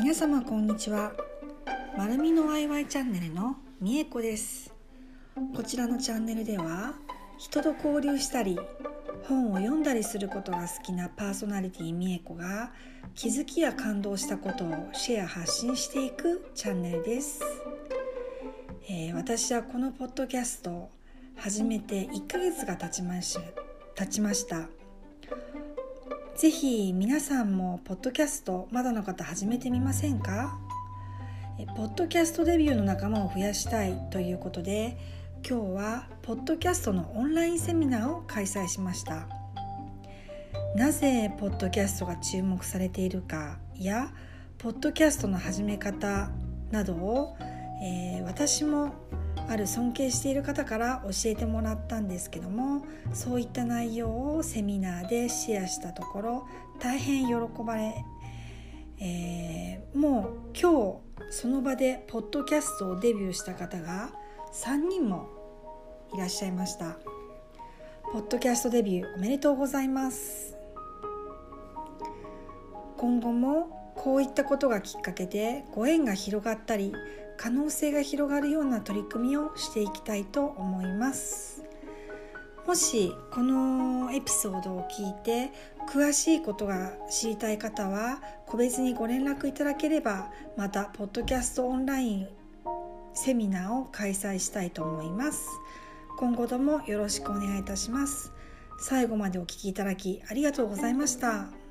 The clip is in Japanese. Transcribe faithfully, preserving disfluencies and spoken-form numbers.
皆様こんにちは。まるみのワイワイチャンネルのみえこです。こちらのチャンネルでは人と交流したり本を読んだりすることが好きなパーソナリティみえこが気づきや感動したことをシェア発信していくチャンネルです。えー、私はこのポッドキャストを始めていっかげつが経ちまし、経ちました。ぜひ皆さんもポッドキャストまだの方始めてみませんか？ポッドキャストデビューの仲間を増やしたいということで、今日はポッドキャストのオンラインセミナーを開催しました。なぜポッドキャストが注目されているかやポッドキャストの始め方などを、えー、私もある尊敬している方から教えてもらったんですけども、そういった内容をセミナーでシェアしたところ大変喜ばれ、えー、もう今日その場でポッドキャストをデビューした方がさんにんもいらっしゃいました。ポッドキャストデビューおめでとうございます。今後もこういったことがきっかけでご縁が広がったり可能性が広がるような取り組みをしていきたいと思います。もしこのエピソードを聞いて詳しいことが知りたい方は個別にご連絡いただければ、またポッドキャストオンラインセミナーを開催したいと思います。今後ともよろしくお願いいたします。最後までお聞きいただきありがとうございました。